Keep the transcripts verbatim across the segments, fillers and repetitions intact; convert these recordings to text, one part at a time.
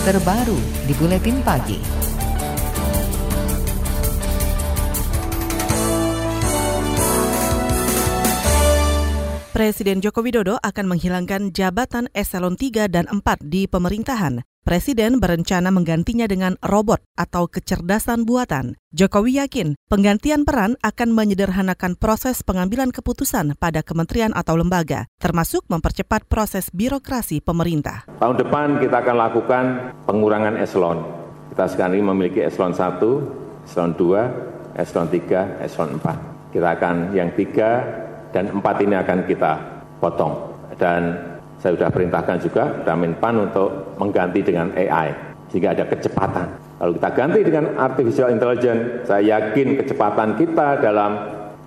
terbaru di Buletin Pagi. Presiden Joko Widodo akan menghilangkan jabatan eselon tiga dan empat di pemerintahan. Presiden berencana menggantinya dengan robot atau kecerdasan buatan. Jokowi yakin penggantian peran akan menyederhanakan proses pengambilan keputusan pada kementerian atau lembaga, termasuk mempercepat proses birokrasi pemerintah. Tahun depan kita akan lakukan pengurangan eselon. Kita sekarang ini memiliki eselon satu, eselon dua, eselon tiga, eselon empat. Kita akan yang tiga dan empat ini akan kita potong. Dan saya sudah perintahkan juga kepada Menpan untuk mengganti dengan A I, sehingga ada kecepatan. Kalau kita ganti dengan artificial intelligence, saya yakin kecepatan kita dalam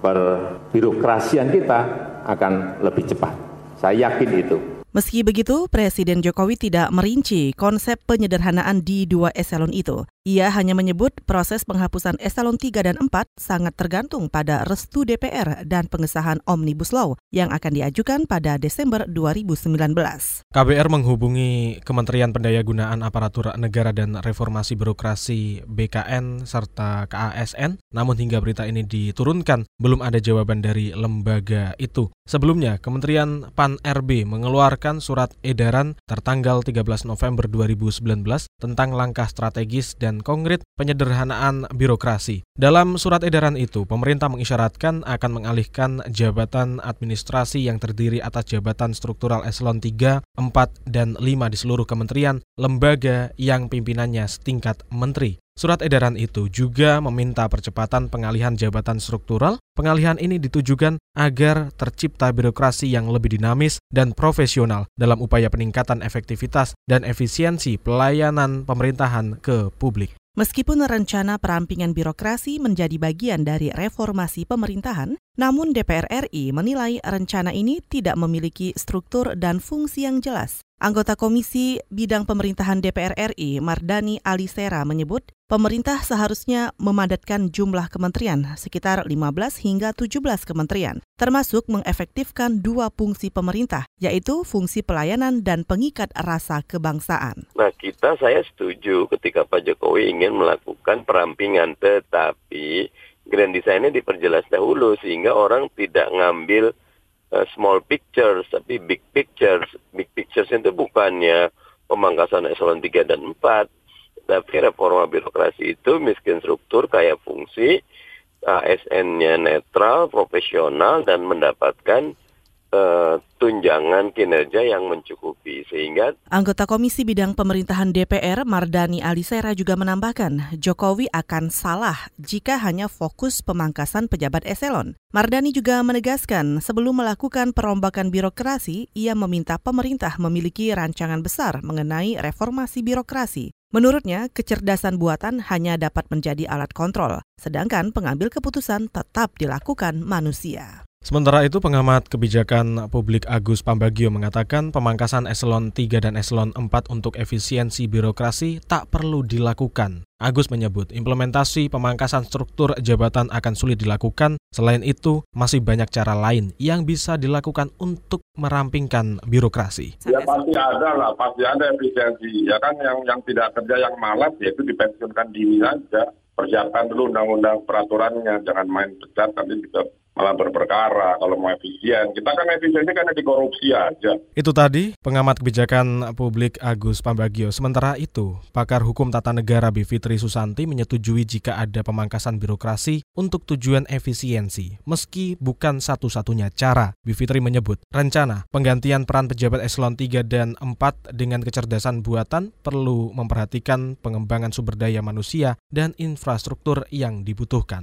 perbirokrasian kita akan lebih cepat. Saya yakin itu. Meski begitu, Presiden Jokowi tidak merinci konsep penyederhanaan di dua eselon itu. Ia hanya menyebut proses penghapusan eselon tiga dan empat sangat tergantung pada restu D P R dan pengesahan Omnibus Law yang akan diajukan pada Desember dua ribu sembilan belas. K B R menghubungi Kementerian Pendayagunaan Aparatur Negara dan Reformasi Birokrasi B K N serta K A S N, namun hingga berita ini diturunkan, belum ada jawaban dari lembaga itu. Sebelumnya, Kementerian P A N R B mengeluarkan surat edaran tertanggal tiga belas November dua ribu sembilan belas tentang langkah strategis dan konkret penyederhanaan birokrasi. Dalam surat edaran itu, pemerintah mengisyaratkan akan mengalihkan jabatan administrasi yang terdiri atas jabatan struktural eselon tiga, empat, dan lima di seluruh kementerian, lembaga yang pimpinannya setingkat menteri. Surat edaran itu juga meminta percepatan pengalihan jabatan struktural. Pengalihan ini ditujukan agar tercipta birokrasi yang lebih dinamis dan profesional dalam upaya peningkatan efektivitas dan efisiensi pelayanan pemerintahan ke publik. Meskipun rencana perampingan birokrasi menjadi bagian dari reformasi pemerintahan, namun D P R R I menilai rencana ini tidak memiliki struktur dan fungsi yang jelas. Anggota Komisi Bidang Pemerintahan D P R R I, Mardani Alisera, menyebut pemerintah seharusnya memadatkan jumlah kementerian sekitar lima belas hingga tujuh belas kementerian, termasuk mengefektifkan dua fungsi pemerintah, yaitu fungsi pelayanan dan pengikat rasa kebangsaan. Nah, kita saya setuju ketika Pak Jokowi ingin melakukan perampingan, tetapi grand design-nya diperjelas dahulu sehingga orang tidak ngambil uh, small pictures, tapi big pictures. Big pictures itu bukannya pemangkasan eselon tiga dan empat, tapi reforma birokrasi itu miskin struktur, kaya fungsi, A S N-nya netral, profesional, dan mendapatkan uh, tunjangan kinerja yang mencukupi. Sehingga anggota Komisi Bidang Pemerintahan D P R, Mardani Alisera, juga menambahkan Jokowi akan salah jika hanya fokus pemangkasan pejabat eselon. Mardani juga menegaskan sebelum melakukan perombakan birokrasi, ia meminta pemerintah memiliki rancangan besar mengenai reformasi birokrasi. Menurutnya, kecerdasan buatan hanya dapat menjadi alat kontrol, sedangkan pengambil keputusan tetap dilakukan manusia. Sementara itu, pengamat kebijakan publik Agus Pambagio mengatakan pemangkasan eselon tiga dan eselon empat untuk efisiensi birokrasi tak perlu dilakukan. Agus menyebut implementasi pemangkasan struktur jabatan akan sulit dilakukan. Selain itu, masih banyak cara lain yang bisa dilakukan untuk merampingkan birokrasi. Ya pasti ada lah, pasti ada efisiensi. Ya kan yang yang tidak kerja, yang malas, yaitu dipensiunkan dini saja. Persiapkan dulu undang-undang peraturannya, jangan main pecat nanti bisa malah berperkara. Kalau mau efisien, kita kan efisiennya kan di korupsi aja. Itu tadi pengamat kebijakan publik Agus Pambagio. Sementara itu, pakar hukum tata negara Bivitri Susanti menyetujui jika ada pemangkasan birokrasi untuk tujuan efisiensi, meski bukan satu-satunya cara. Bivitri menyebut rencana penggantian peran pejabat eselon tiga dan empat dengan kecerdasan buatan perlu memperhatikan pengembangan sumber daya manusia dan infrastruktur yang dibutuhkan.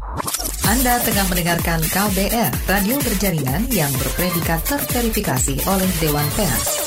Anda tengah mendengarkan K B R, radio berjaringan yang berpredikat terverifikasi oleh Dewan Pers.